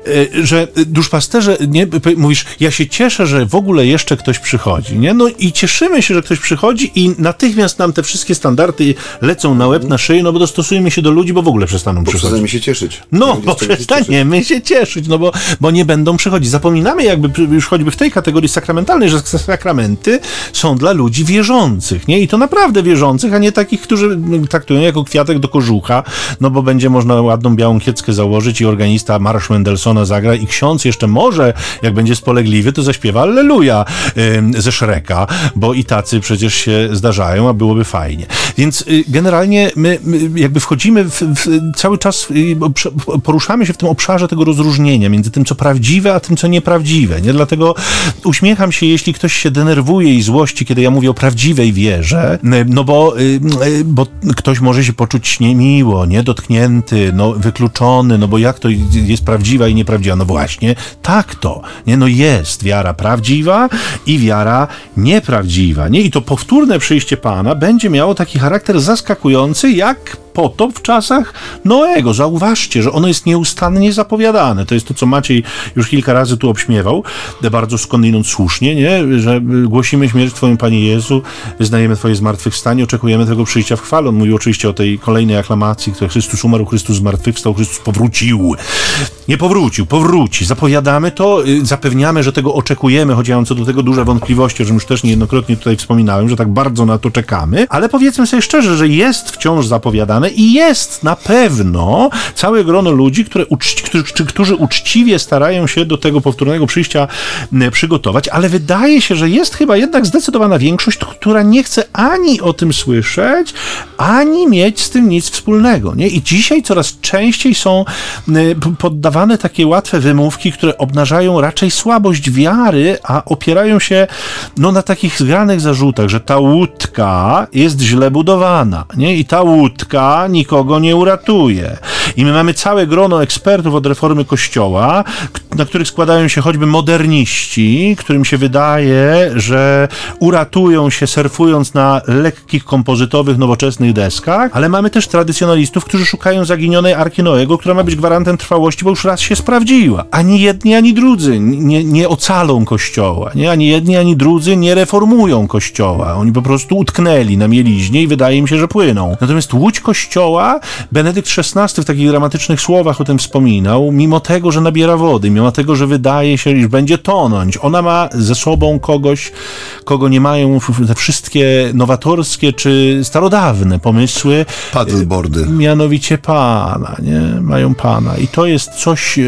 A: że duszpasterze, nie, mówisz, ja się cieszę, że w ogóle jeszcze ktoś przychodzi, nie? No i cieszymy się, że ktoś przychodzi i natychmiast nam te wszystkie standardy lecą na łeb, na szyję, no bo dostosujemy się do ludzi, bo w ogóle przestaną
B: bo
A: przychodzić.
B: Przestaniemy się cieszyć.
A: No, bo przestaniemy się cieszyć, no bo, bo nie będą przychodzić. Zapominamy jakby już choćby w tej kategorii sakramentalnej, że sakramenty są dla ludzi wierzących, nie? I to naprawdę wierzących, a nie takich, którzy traktują jako kwiatek do kożucha, no bo będzie można ładną białą kieckę założyć i organista Marsz Mendelssohna zagra i ksiądz jeszcze może, jak będzie spolegliwy, to zaśpiewa Alleluja yy, ze Shreka, bo i tacy przecież się zdarzają, a byłoby fajnie. Więc yy, generalnie my, my jakby wchodzimy w, w, cały czas yy, poruszamy się w tym obszarze tego rozróżnienia między tym, co prawdziwe, a tym, co nieprawdziwe. Nie? Dlatego uśmiecham się, jeśli ktoś się denerwuje i złości, kiedy ja mówię o prawdziwej wierze, no bo, yy, bo ktoś może się poczuć niemiło, nie? Dotknięty, no, wykluczony, no bo jak to jest prawdziwa i nieprawdziwa? No właśnie, tak to, nie? No jest wiara prawdziwa i wiara nieprawdziwa, nie? I to powtórne przyjście Pana będzie miało taki charakter zaskakujący, jak potop w czasach Noego. Zauważcie, że ono jest nieustannie zapowiadane. To jest to, co Maciej już kilka razy tu obśmiewał, bardzo skądinąd słusznie, nie? Że głosimy śmierć Twoją, Panie Jezu, wyznajemy Twoje zmartwychwstanie, oczekujemy Twojego przyjścia w chwale. On mówił oczywiście o tej kolejnej aklamacji, która Chrystus umarł, Chrystus zmartwychwstał, Chrystus powrócił. Nie powrócił, powróci. Zapowiadamy to, zapewniamy, że tego oczekujemy, choć ja mam co do tego duże wątpliwości, o czym już też niejednokrotnie tutaj wspominałem, że tak bardzo na to czekamy, ale powiedzmy sobie szczerze, że jest wciąż zapowiadane i jest na pewno całe grono ludzi, które uczci, którzy, którzy uczciwie starają się do tego powtórnego przyjścia przygotować, ale wydaje się, że jest chyba jednak zdecydowana większość, która nie chce ani o tym słyszeć, ani mieć z tym nic wspólnego, nie? I dzisiaj coraz częściej są poddawane takie łatwe wymówki, które obnażają raczej słabość wiary, a opierają się no, na takich zgranych zarzutach, że ta łódka jest źle budowana, nie? I ta łódka nikogo nie uratuje. I my mamy całe grono ekspertów od reformy Kościoła, na których składają się choćby moderniści, którym się wydaje, że uratują się surfując na lekkich, kompozytowych, nowoczesnych deskach, ale mamy też tradycjonalistów, którzy szukają zaginionej Arki Noego, która ma być gwarantem trwałości, bo już raz się sprawdziła. Ani jedni, ani drudzy nie, nie ocalą Kościoła. Nie? Ani jedni, ani drudzy nie reformują Kościoła. Oni po prostu utknęli na mieliźnie i wydaje im się, że płyną. Natomiast łódź Kościoła, Benedykt szesnasty w takich dramatycznych słowach o tym wspominał, mimo tego, że nabiera wody, mimo tego, że wydaje się, iż będzie tonąć, ona ma ze sobą kogoś, kogo nie mają te wszystkie nowatorskie czy starodawne pomysły.
B: Paddleboardy.
A: Mianowicie Pana, nie? Mają Pana. I to jest coś,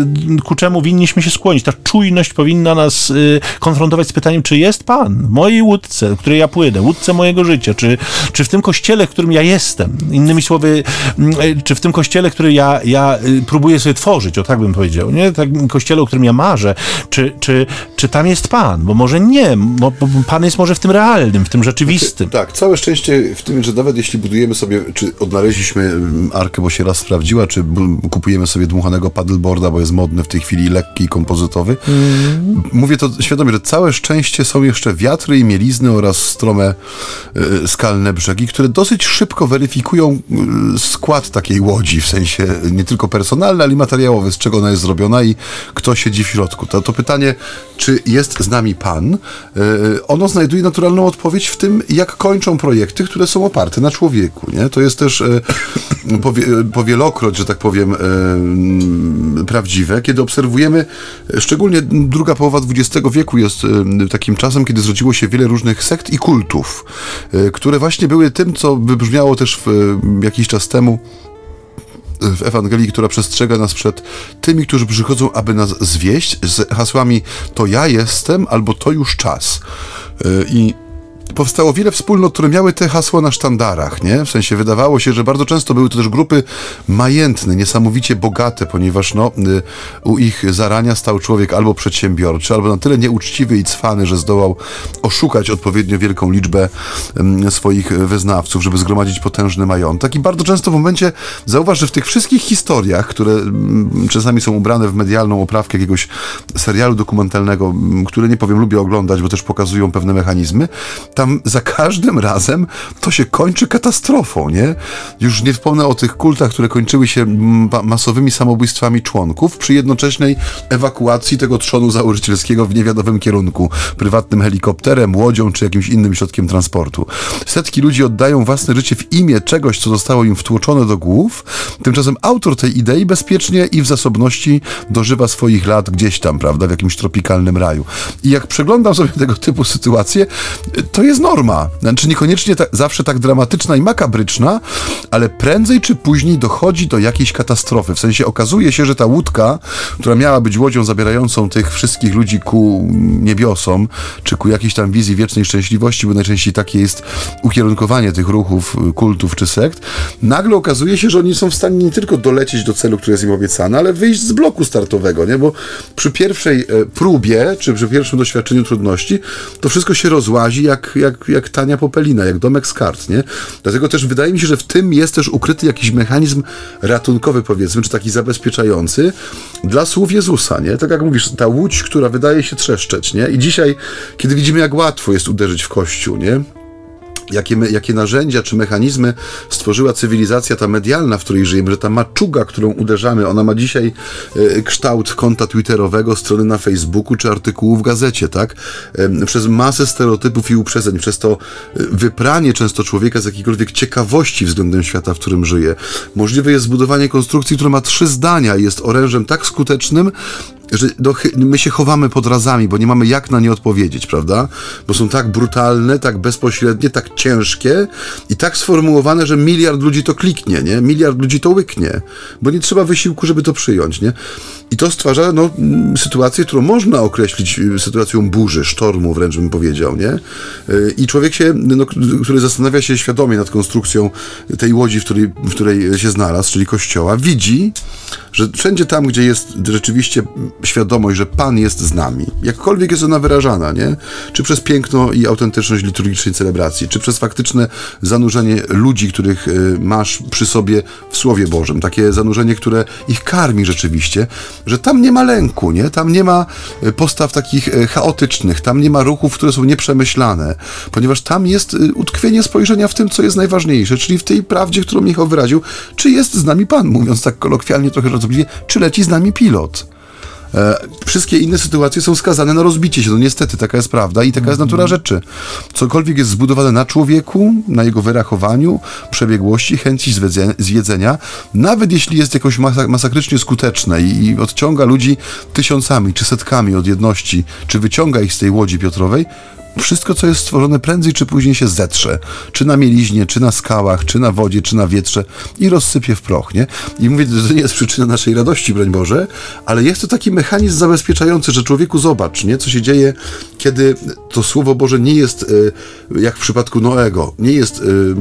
A: ku czemu winniśmy się skłonić. Ta czujność powinna nas konfrontować z pytaniem, czy jest Pan w mojej łódce, w której ja płynę, łódce mojego życia, czy, czy w tym kościele, w którym ja jestem. Innymi słowy, czy w tym kościele, który ja, ja próbuję sobie tworzyć, o tak bym powiedział, nie? Tak, kościele, o którym ja marzę, czy, czy, czy tam jest Pan? Bo może nie, bo, bo Pan jest może w tym realnym, w tym rzeczywistym.
B: Znaczy, tak, całe szczęście w tym, że nawet jeśli budujemy sobie, czy odnaleźliśmy Arkę, bo się raz sprawdziła, czy bu- kupujemy sobie dmuchanego paddleboarda, bo jest modny w tej chwili, lekki i kompozytowy. Mm. Mówię to świadomie, że całe szczęście są jeszcze wiatry i mielizny oraz strome y, skalne brzegi, które dosyć szybko weryfikują y, skład takiej łodzi, w sensie nie tylko personalny, ale i materiałowy, z czego ona jest zrobiona i kto siedzi w środku. To, to pytanie, czy jest z nami Pan, y, ono znajduje naturalną odpowiedź w tym, jak kończą projekty, które są oparte na człowieku. Nie? To jest też y, powie, powielokroć, że tak powiem, y, prawdziwe, kiedy obserwujemy, szczególnie druga połowa dwudziestego wieku jest y, takim czasem, kiedy zrodziło się wiele różnych sekt i kultów, y, które właśnie były tym, co wybrzmiało też w, y, jakiś czas temu w Ewangelii, która przestrzega nas przed tymi, którzy przychodzą, aby nas zwieść, z hasłami to ja jestem, albo to już czas. I powstało wiele wspólnot, które miały te hasła na sztandarach, nie? W sensie wydawało się, że bardzo często były to też grupy majętne, niesamowicie bogate, ponieważ no, u ich zarania stał człowiek albo przedsiębiorczy, albo na tyle nieuczciwy i cwany, że zdołał oszukać odpowiednio wielką liczbę um, swoich wyznawców, żeby zgromadzić potężny majątek. I bardzo często w momencie, zauważ, że w tych wszystkich historiach, które um, czasami są ubrane w medialną oprawkę jakiegoś serialu dokumentalnego, um, które nie powiem, lubię oglądać, bo też pokazują pewne mechanizmy, tam za każdym razem to się kończy katastrofą, nie? Już nie wspomnę o tych kultach, które kończyły się ma- masowymi samobójstwami członków przy jednocześnej ewakuacji tego trzonu założycielskiego w niewiadomym kierunku, prywatnym helikopterem, łodzią czy jakimś innym środkiem transportu. Setki ludzi oddają własne życie w imię czegoś, co zostało im wtłoczone do głów, tymczasem autor tej idei bezpiecznie i w zasobności dożywa swoich lat gdzieś tam, prawda, w jakimś tropikalnym raju. I jak przeglądam sobie tego typu sytuacje, to jest norma. Znaczy niekoniecznie ta, zawsze tak dramatyczna i makabryczna, ale prędzej czy później dochodzi do jakiejś katastrofy. W sensie okazuje się, że ta łódka, która miała być łodzią zabierającą tych wszystkich ludzi ku niebiosom, czy ku jakiejś tam wizji wiecznej szczęśliwości, bo najczęściej takie jest ukierunkowanie tych ruchów, kultów czy sekt, nagle okazuje się, że oni są w stanie nie tylko dolecieć do celu, który jest im obiecany, ale wyjść z bloku startowego, nie? Bo przy pierwszej próbie, czy przy pierwszym doświadczeniu trudności, to wszystko się rozłazi jak, jak, jak tania popelina, jak domek z kart, nie? Dlatego też wydaje mi się, że w tym jest też ukryty jakiś mechanizm ratunkowy, powiedzmy, czy taki zabezpieczający dla słów Jezusa, nie? Tak jak mówisz, ta łódź, która wydaje się trzeszczeć, nie? I dzisiaj, kiedy widzimy, jak łatwo jest uderzyć w Kościół, nie? Jakie, me, jakie narzędzia czy mechanizmy stworzyła cywilizacja ta medialna, w której żyjemy, że ta maczuga, którą uderzamy, ona ma dzisiaj e, kształt konta twitterowego, strony na Facebooku czy artykułu w gazecie, tak? E, przez masę stereotypów i uprzedzeń, przez to wypranie często człowieka z jakiejkolwiek ciekawości względem świata, w którym żyje. Możliwe jest zbudowanie konstrukcji, która ma trzy zdania i jest orężem tak skutecznym, że do, my się chowamy pod razami, bo nie mamy jak na nie odpowiedzieć, prawda? Bo są tak brutalne, tak bezpośrednie, tak ciężkie i tak sformułowane, że miliard ludzi to kliknie, nie? Miliard ludzi to łyknie, bo nie trzeba wysiłku, żeby to przyjąć, nie? I to stwarza, no, sytuację, którą można określić sytuacją burzy, sztormu wręcz bym powiedział, nie? I człowiek się, no, który zastanawia się świadomie nad konstrukcją tej łodzi, w której, w której się znalazł, czyli Kościoła, widzi, że wszędzie tam, gdzie jest rzeczywiście świadomość, że Pan jest z nami, jakkolwiek jest ona wyrażana, nie? Czy przez piękno i autentyczność liturgicznej celebracji, czy przez faktyczne zanurzenie ludzi, których masz przy sobie w Słowie Bożym, takie zanurzenie, które ich karmi rzeczywiście, że tam nie ma lęku, nie? Tam nie ma postaw takich chaotycznych, tam nie ma ruchów, które są nieprzemyślane, ponieważ tam jest utkwienie spojrzenia w tym, co jest najważniejsze, czyli w tej prawdzie, którą Michał wyraził, czy jest z nami Pan, mówiąc tak kolokwialnie, trochę żartobliwie, czy leci z nami pilot. E, wszystkie inne sytuacje są skazane na rozbicie się. No niestety, taka jest prawda i taka jest natura rzeczy. Cokolwiek jest zbudowane na człowieku, na jego wyrachowaniu, przebiegłości, chęci zwiedzenia, nawet jeśli jest jakoś masak- masakrycznie skuteczne i, i odciąga ludzi tysiącami czy setkami od jedności, czy wyciąga ich z tej łodzi Piotrowej, wszystko, co jest stworzone, prędzej czy później się zetrze. Czy na mieliźnie, czy na skałach, czy na wodzie, czy na wietrze i rozsypie w proch, nie? I mówię, że to nie jest przyczyna naszej radości, broń Boże, ale jest to taki mechanizm zabezpieczający, że człowieku zobacz, nie? Co się dzieje, kiedy to Słowo Boże nie jest, y, jak w przypadku Noego, nie jest... Y,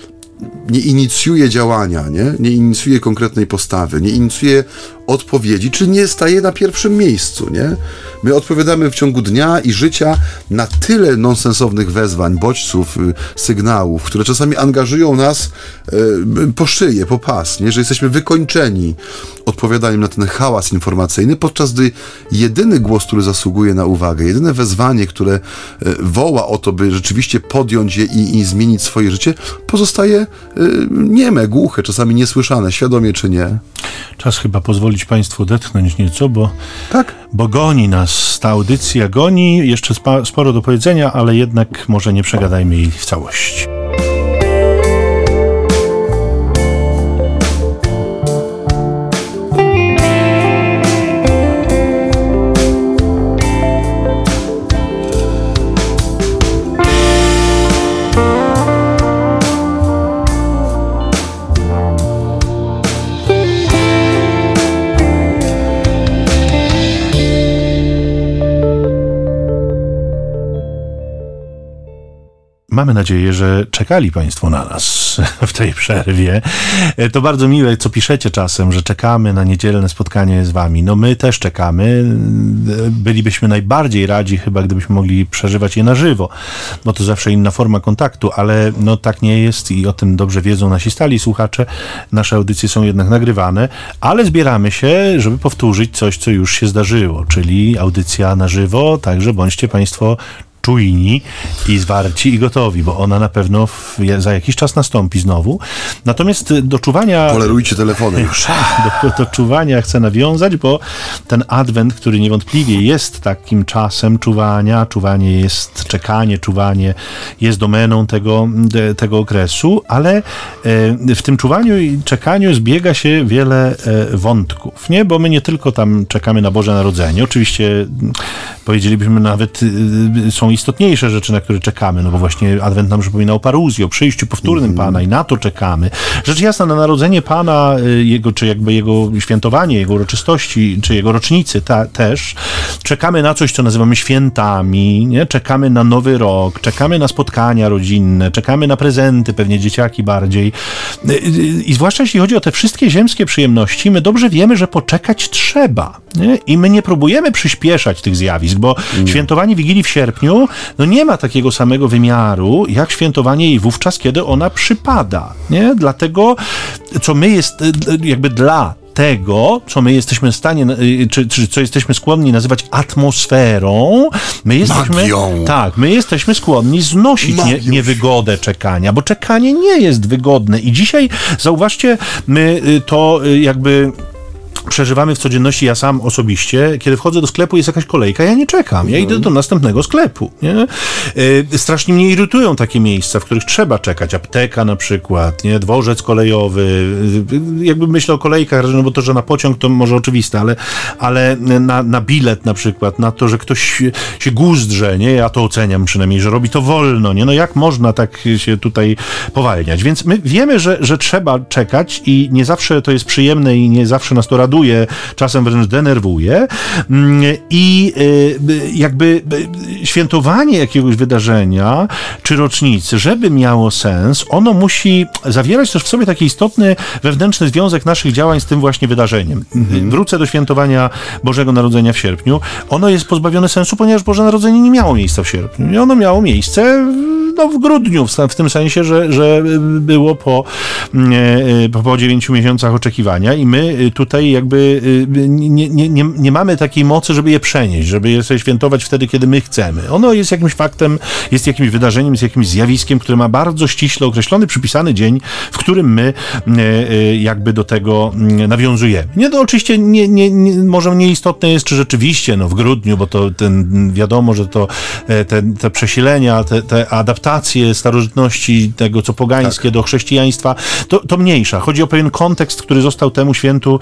B: nie inicjuje działania, nie? Nie inicjuje konkretnej postawy, nie inicjuje odpowiedzi, czy nie staje na pierwszym miejscu, nie? My odpowiadamy w ciągu dnia i życia na tyle nonsensownych wezwań, bodźców, sygnałów, które czasami angażują nas po szyję, po pas, nie? Że jesteśmy wykończeni odpowiadaniem na ten hałas informacyjny, podczas gdy jedyny głos, który zasługuje na uwagę, jedyne wezwanie, które woła o to, by rzeczywiście podjąć je i, i zmienić swoje życie, pozostaje nieme, głuche, czasami niesłyszane, świadomie czy nie.
A: Czas chyba pozwolić Państwu odetchnąć nieco, bo,
B: tak?
A: bo goni nas ta audycja, goni, jeszcze spa, sporo do powiedzenia, ale jednak może nie przegadajmy jej w całości. mamy nadzieję, że czekali Państwo na nas w tej przerwie. To bardzo miłe, co piszecie czasem, że czekamy na niedzielne spotkanie z Wami. No my też czekamy. Bylibyśmy najbardziej radzi chyba, gdybyśmy mogli przeżywać je na żywo, bo to zawsze inna forma kontaktu, ale no tak nie jest i o tym dobrze wiedzą nasi stali słuchacze. Nasze audycje są jednak nagrywane, ale zbieramy się, żeby powtórzyć coś, co już się zdarzyło, czyli audycja na żywo, także bądźcie Państwo czujni i zwarci i gotowi, bo ona na pewno w, za jakiś czas nastąpi znowu. Natomiast do czuwania...
B: Polerujcie telefony już.
A: Do, do czuwania chcę nawiązać, bo ten adwent, który niewątpliwie jest takim czasem czuwania, czuwanie jest czekanie, czuwanie jest domeną tego, tego okresu, ale w tym czuwaniu i czekaniu zbiega się wiele wątków, nie? Bo my nie tylko tam czekamy na Boże Narodzenie, oczywiście powiedzielibyśmy nawet są istotniejsze rzeczy, na które czekamy, no bo właśnie Adwent nam przypomina o paruzji, o przyjściu powtórnym mm. Pana i na to czekamy. Rzecz jasna, na narodzenie Pana, jego, czy jakby jego świętowanie, jego uroczystości, czy jego rocznicy ta, też, czekamy na coś, co nazywamy świętami, nie? Czekamy na Nowy Rok, czekamy na spotkania rodzinne, czekamy na prezenty, pewnie dzieciaki bardziej. I zwłaszcza jeśli chodzi o te wszystkie ziemskie przyjemności, my dobrze wiemy, że poczekać trzeba, nie? I my nie próbujemy przyspieszać tych zjawisk, bo mm. świętowanie Wigilii w sierpniu no nie ma takiego samego wymiaru, jak świętowanie jej wówczas, kiedy ona przypada, nie? Dlatego, co my jest, jakby dla tego, co my jesteśmy w stanie, czy, czy co jesteśmy skłonni nazywać atmosferą, my jesteśmy,
B: Magią.
A: tak, my jesteśmy skłonni znosić nie, niewygodę czekania, bo czekanie nie jest wygodne i dzisiaj, zauważcie, my to jakby przeżywamy w codzienności, ja sam osobiście, kiedy wchodzę do sklepu, jest jakaś kolejka, ja nie czekam, ja idę do następnego sklepu, nie? Yy, strasznie mnie irytują takie miejsca, w których trzeba czekać, apteka na przykład, nie? Dworzec kolejowy, yy, jakby myślę o kolejkach, no bo to, że na pociąg to może oczywiste, ale, ale na, na bilet na przykład, na to, że ktoś się guzdrze, nie? Ja to oceniam przynajmniej, że robi to wolno, nie? No jak można tak się tutaj powalniać? Więc my wiemy, że, że trzeba czekać i nie zawsze to jest przyjemne i nie zawsze nas to raduje, czasem wręcz denerwuje i jakby świętowanie jakiegoś wydarzenia czy rocznicy, żeby miało sens, ono musi zawierać też w sobie taki istotny wewnętrzny związek naszych działań z tym właśnie wydarzeniem. Mhm. Wrócę do świętowania Bożego Narodzenia w sierpniu. Ono jest pozbawione sensu, ponieważ Boże Narodzenie nie miało miejsca w sierpniu. I ono miało miejsce no, w grudniu, w, w tym sensie, że, że było po, po, po dziewięciu miesiącach oczekiwania i my tutaj jakby nie, nie, nie, nie mamy takiej mocy, żeby je przenieść, żeby je sobie świętować wtedy, kiedy my chcemy. Ono jest jakimś faktem, jest jakimś wydarzeniem, jest jakimś zjawiskiem, które ma bardzo ściśle określony, przypisany dzień, w którym my jakby do tego nawiązujemy. Nie, to oczywiście nie, nie, nie, może nieistotne jest, czy rzeczywiście no, w grudniu, bo to ten, wiadomo, że to te, te przesilenia, te, te adaptacje starożytności, tego co pogańskie tak. do chrześcijaństwa, to, to mniejsza. Chodzi o pewien kontekst, który został temu świętu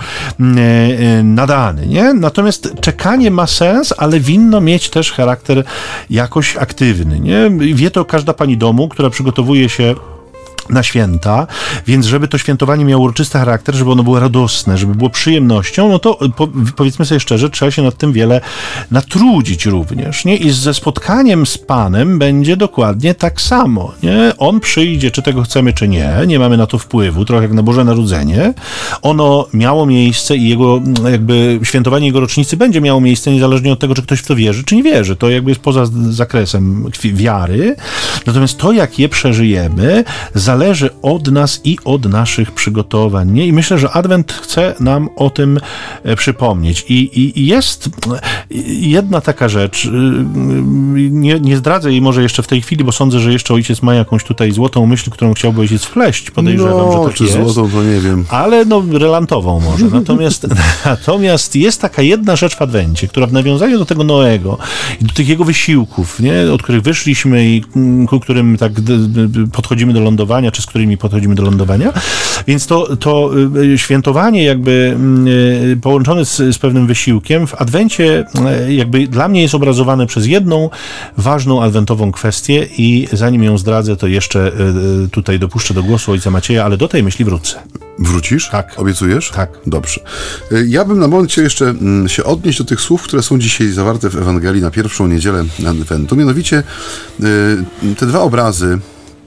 A: nadany, nie? Natomiast czekanie ma sens, ale winno mieć też charakter jakoś aktywny, nie? Wie to każda pani domu, która przygotowuje się na święta, więc żeby to świętowanie miało uroczysty charakter, żeby ono było radosne, żeby było przyjemnością, no to po, powiedzmy sobie szczerze, trzeba się nad tym wiele natrudzić również, nie? I ze spotkaniem z Panem będzie dokładnie tak samo, nie? On przyjdzie, czy tego chcemy, czy nie, nie mamy na to wpływu, trochę jak na Boże Narodzenie. Ono miało miejsce i jego jakby świętowanie jego rocznicy będzie miało miejsce niezależnie od tego, czy ktoś w to wierzy, czy nie wierzy. To jakby jest poza zakresem wiary. Natomiast to, jak je przeżyjemy, zależy od nas i od naszych przygotowań. Nie? I myślę, że Adwent chce nam o tym przypomnieć. I, i, i jest jedna taka rzecz, nie, nie zdradzę jej może jeszcze w tej chwili, bo sądzę, że jeszcze ojciec ma jakąś tutaj złotą myśl, którą chciałby ojciec wpleść. Podejrzewam,
B: no,
A: że tak
B: czy
A: jest.
B: Złotą, to nie wiem.
A: Ale no, relantową może. Natomiast, natomiast jest taka jedna rzecz w Adwencie, która w nawiązaniu do tego Noego i do tych jego wysiłków, nie? Od których wyszliśmy i ku którym tak podchodzimy do lądowania, lądowania, czy z którymi podchodzimy do lądowania. Więc to, to świętowanie jakby połączone z, z pewnym wysiłkiem w Adwencie jakby dla mnie jest obrazowane przez jedną ważną adwentową kwestię i zanim ją zdradzę, to jeszcze tutaj dopuszczę do głosu ojca Macieja, ale do tej myśli wrócę.
B: Wrócisz?
A: Tak.
B: Obiecujesz?
A: Tak.
B: Dobrze. Ja bym na moment chciał jeszcze się odnieść do tych słów, które są dzisiaj zawarte w Ewangelii na pierwszą niedzielę Adwentu. Mianowicie te dwa obrazy,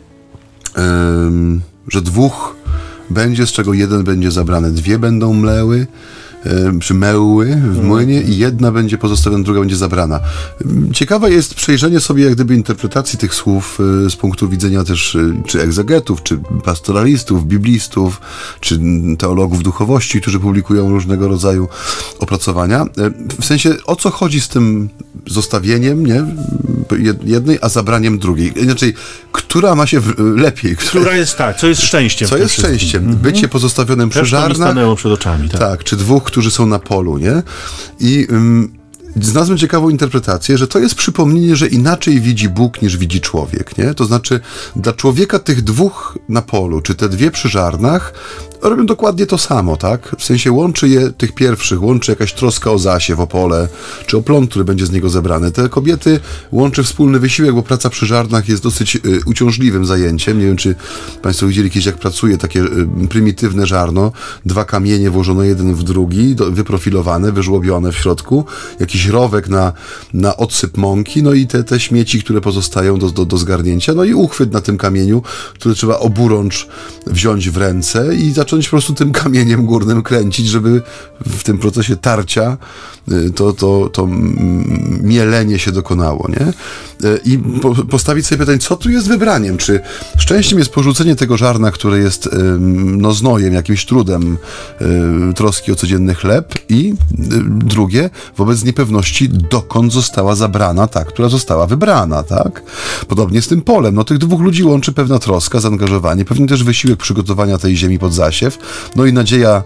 B: że dwóch będzie, z czego jeden będzie zabrany, dwie będą mleły, czy mełły w młynie i jedna będzie pozostawiona, druga będzie zabrana. Ciekawe jest przejrzenie sobie jak gdyby interpretacji tych słów z punktu widzenia też czy egzegetów, czy pastoralistów, biblistów, czy teologów duchowości, którzy publikują różnego rodzaju opracowania. W sensie, o co chodzi z tym zostawieniem, nie? Jednej, a zabraniem drugiej. Inaczej, która ma się lepiej? Która,
A: która jest tak, co jest szczęściem.
B: Co jest szczęściem? Mm-hmm. Bycie pozostawionym przy żarnach.
A: stanęło przed oczami. Tak.
B: tak, czy dwóch, którzy są na polu, nie? I ym, znalazłem ciekawą interpretację, że to jest przypomnienie, że inaczej widzi Bóg niż widzi człowiek, nie? To znaczy, dla człowieka tych dwóch na polu, czy te dwie przy żarnach, robią dokładnie to samo, tak? W sensie łączy je, tych pierwszych, łączy jakaś troska o zasiew, o pole, czy o plon, który będzie z niego zebrany. Te kobiety łączy wspólny wysiłek, bo praca przy żarnach jest dosyć y, uciążliwym zajęciem. Nie wiem, czy Państwo widzieli kiedyś, jak pracuje takie y, prymitywne żarno. Dwa kamienie włożone jeden w drugi, do, wyprofilowane, wyżłobione w środku, jakiś rowek na, na odsyp mąki, no i te, te śmieci, które pozostają do, do, do zgarnięcia, no i uchwyt na tym kamieniu, który trzeba oburącz wziąć w ręce i zacząć po prostu tym kamieniem górnym kręcić, żeby w tym procesie tarcia to, to, to mielenie się dokonało, nie? I po, postawić sobie pytanie, co tu jest wybraniem? Czy szczęściem jest porzucenie tego żarna, które jest no, znojem, jakimś trudem troski o codzienny chleb i drugie, wobec niepewności, dokąd została zabrana ta, która została wybrana, tak? Podobnie z tym polem. No, tych dwóch ludzi łączy pewna troska, zaangażowanie, pewnie też wysiłek przygotowania tej ziemi pod zasiew, no i nadzieja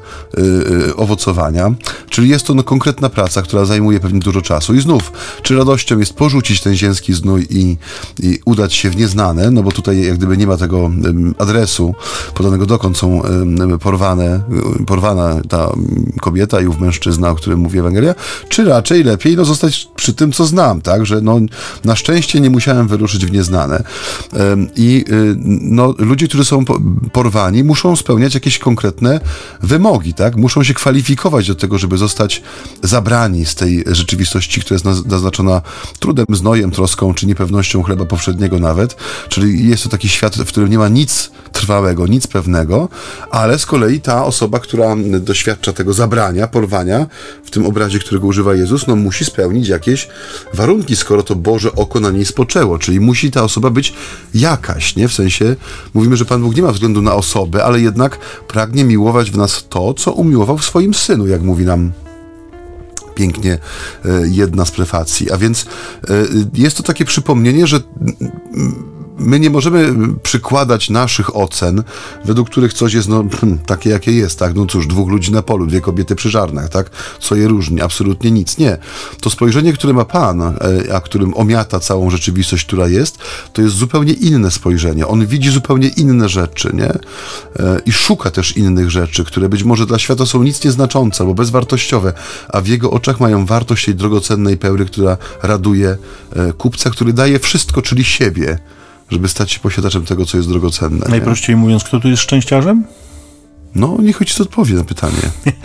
B: y, owocowania, czyli jest to no, konkretna praca, która zajmuje pewnie dużo czasu. I znów, czy radością jest porzucić ten ziemski znój i, i udać się w nieznane, no bo tutaj jak gdyby nie ma tego y, adresu podanego, dokąd są y, porwane, y, porwana ta kobieta i ów mężczyzna, o którym mówi Ewangelia, czy raczej lepiej no, zostać przy tym, co znam, tak, że no, na szczęście nie musiałem wyruszyć w nieznane. Y, I y, no, ludzie, którzy są po, porwani, muszą spełniać jakieś konkretne wymogi, tak? Muszą się kwalifikować do tego, żeby zostać zabrani z tej rzeczywistości, która jest naznaczona trudem, znojem, troską, czy niepewnością chleba powszedniego nawet. Czyli jest to taki świat, w którym nie ma nic trwałego, nic pewnego, ale z kolei ta osoba, która doświadcza tego zabrania, porwania, w tym obrazie, którego używa Jezus, no musi spełnić jakieś warunki, skoro to Boże oko na niej spoczęło, czyli musi ta osoba być jakaś, nie? W sensie, mówimy, że Pan Bóg nie ma względu na osobę, ale jednak pragnie miłować w nas to, co umiłował w swoim Synu, jak mówi nam pięknie jedna z prefacji. A więc jest to takie przypomnienie, że my nie możemy przykładać naszych ocen, według których coś jest no, takie, jakie jest, tak? No cóż, dwóch ludzi na polu, dwie kobiety przy żarnach, tak? Co je różni? Absolutnie nic. Nie. To spojrzenie, które ma Pan, a którym omiata całą rzeczywistość, która jest, to jest zupełnie inne spojrzenie. On widzi zupełnie inne rzeczy, nie? I szuka też innych rzeczy, które być może dla świata są nic nieznaczące, bo bezwartościowe, a w jego oczach mają wartość tej drogocennej pełry, która raduje kupca, który daje wszystko, czyli siebie, żeby stać się posiadaczem tego, co jest drogocenne.
A: Najprościej nie? mówiąc, kto tu jest szczęściarzem?
B: No, niech ojciec odpowie na pytanie.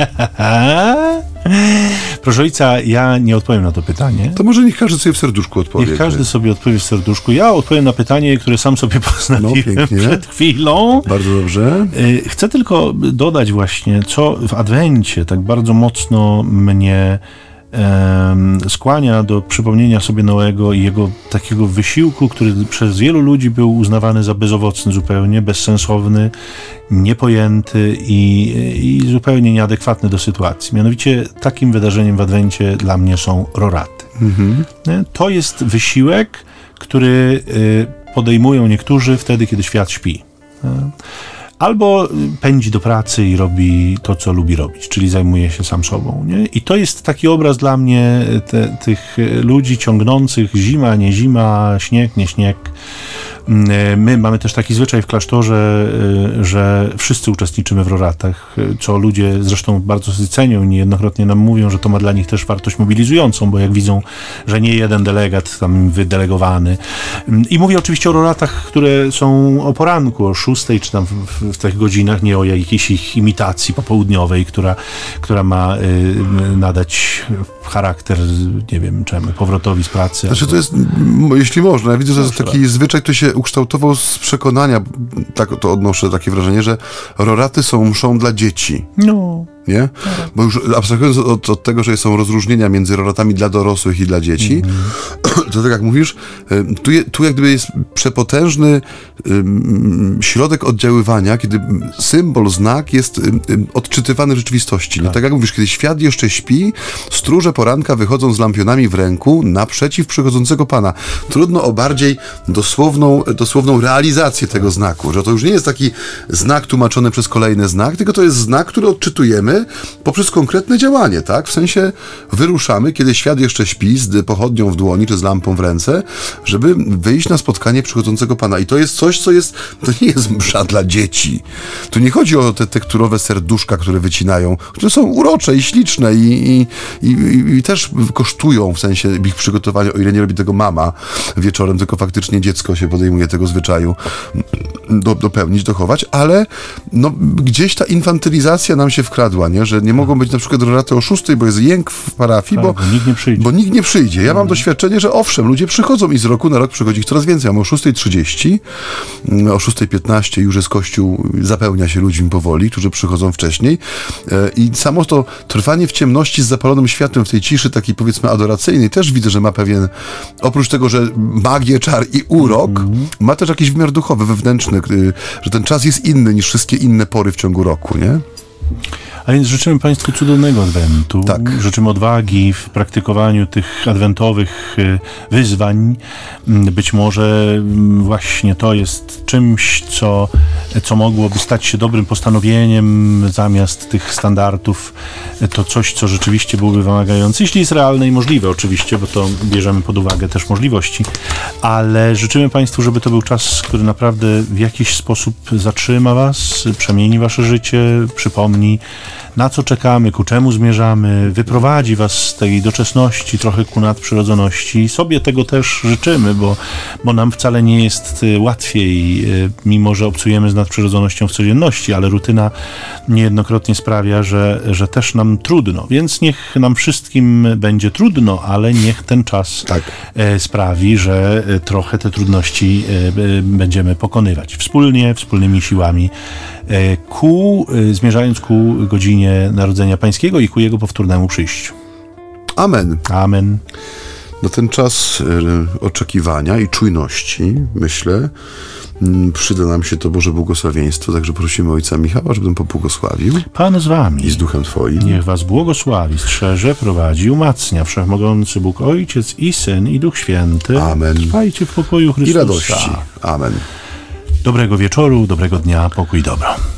A: Proszę ojca, ja nie odpowiem na to pytanie.
B: To może niech każdy sobie w serduszku odpowie.
A: Niech każdy sobie odpowie w serduszku. Ja odpowiem na pytanie, które sam sobie postawiłem no, przed chwilą.
B: Bardzo dobrze.
A: Chcę tylko dodać właśnie, co w Adwencie tak bardzo mocno mnie skłania do przypomnienia sobie Noego i jego takiego wysiłku, który przez wielu ludzi był uznawany za bezowocny zupełnie, bezsensowny, niepojęty i, i zupełnie nieadekwatny do sytuacji. Mianowicie takim wydarzeniem w Adwencie dla mnie są roraty. Mhm. To jest wysiłek, który podejmują niektórzy wtedy, kiedy świat śpi. Albo pędzi do pracy i robi to, co lubi robić, czyli zajmuje się sam sobą. Nie? I to jest taki obraz dla mnie te, tych ludzi ciągnących zima, nie zima, śnieg, nie śnieg, My mamy też taki zwyczaj w klasztorze, że wszyscy uczestniczymy w roratach, co ludzie zresztą bardzo cenią i niejednokrotnie nam mówią, że to ma dla nich też wartość mobilizującą, bo jak widzą, że nie jeden delegat tam wydelegowany. I mówię oczywiście o roratach, które są o poranku, o szóstej, czy tam w, w, w tych godzinach, nie o jakiejś ich imitacji popołudniowej, która, która ma y, nadać charakter, nie wiem czemu, powrotowi z pracy.
B: Znaczy
A: albo...
B: to jest, jeśli można, ja widzę, że jest taki zwyczaj, który się ukształtował z przekonania, tak to odnoszę takie wrażenie, że roraty są mszą dla dzieci.
A: No.
B: Nie? Bo już abstrahując od, od tego, że są rozróżnienia między roratami dla dorosłych i dla dzieci, mm. to tak jak mówisz, tu, je, tu jak gdyby jest przepotężny um, środek oddziaływania, kiedy symbol, znak jest um, odczytywany w rzeczywistości. Tak. No, tak jak mówisz, kiedy świat jeszcze śpi, stróże poranka wychodzą z lampionami w ręku naprzeciw przychodzącego Pana. Trudno o bardziej dosłowną, dosłowną realizację tego znaku, że to już nie jest taki znak tłumaczony przez kolejny znak, tylko to jest znak, który odczytujemy poprzez konkretne działanie, tak? W sensie wyruszamy, kiedy świat jeszcze śpi, z pochodnią w dłoni, czy z lampą w ręce, żeby wyjść na spotkanie przychodzącego Pana. I to jest coś, co jest, to nie jest msza dla dzieci. Tu nie chodzi o te tekturowe serduszka, które wycinają, które są urocze i śliczne i, i, i, i też kosztują w sensie ich przygotowania, o ile nie robi tego mama wieczorem, tylko faktycznie dziecko się podejmuje tego zwyczaju do, dopełnić, dochować, ale no, gdzieś ta infantylizacja nam się wkradła, nie? Że nie mogą być na przykład roraty o szóstej, bo jest jęk w parafii, tak, bo,
A: bo nikt nie przyjdzie.
B: Bo nikt nie przyjdzie. Ja mam mm. doświadczenie, że owszem, ludzie przychodzą i z roku na rok przychodzi ich coraz więcej. Mamy o szóstej trzydzieści, o szóstej piętnaście już jest kościół, zapełnia się ludźmi powoli, którzy przychodzą wcześniej i samo to trwanie w ciemności z zapalonym światłem w tej ciszy takiej powiedzmy adoracyjnej też widzę, że ma pewien, oprócz tego, że magię, czar i urok, mm. ma też jakiś wymiar duchowy, wewnętrzny, że ten czas jest inny niż wszystkie inne pory w ciągu roku, nie?
A: A więc życzymy Państwu cudownego adwentu.
B: Tak.
A: Życzymy odwagi w praktykowaniu tych adwentowych wyzwań. Być może właśnie to jest czymś, co, co mogłoby stać się dobrym postanowieniem zamiast tych standardów. To coś, co rzeczywiście byłoby wymagające, jeśli jest realne i możliwe oczywiście, bo to bierzemy pod uwagę też możliwości. Ale życzymy Państwu, żeby to był czas, który naprawdę w jakiś sposób zatrzyma Was, przemieni Wasze życie, przypomni, na co czekamy, ku czemu zmierzamy, wyprowadzi was z tej doczesności trochę ku nadprzyrodzoności. Sobie tego też życzymy, bo, bo nam wcale nie jest łatwiej, mimo że obcujemy z nadprzyrodzonością w codzienności, ale rutyna niejednokrotnie sprawia, że, że też nam trudno. Więc niech nam wszystkim będzie trudno, ale niech ten czas tak. sprawi, że trochę te trudności będziemy pokonywać. Wspólnie, wspólnymi siłami, ku, zmierzając ku godzinie Narodzenia Pańskiego i ku Jego powtórnemu przyjściu.
B: Amen.
A: Amen.
B: No ten czas y, oczekiwania i czujności, myślę, y, przyda nam się to Boże błogosławieństwo, także prosimy Ojca Michała, żeby nam pobłogosławił.
A: Pan z wami.
B: I z Duchem Twoim.
A: Niech was błogosławi, strzeże, prowadzi, umacnia Wszechmogący Bóg Ojciec i Syn i Duch Święty.
B: Amen.
A: Trwajcie w pokoju Chrystusa.
B: I radości. Amen.
A: Dobrego wieczoru, dobrego dnia, pokój i dobro.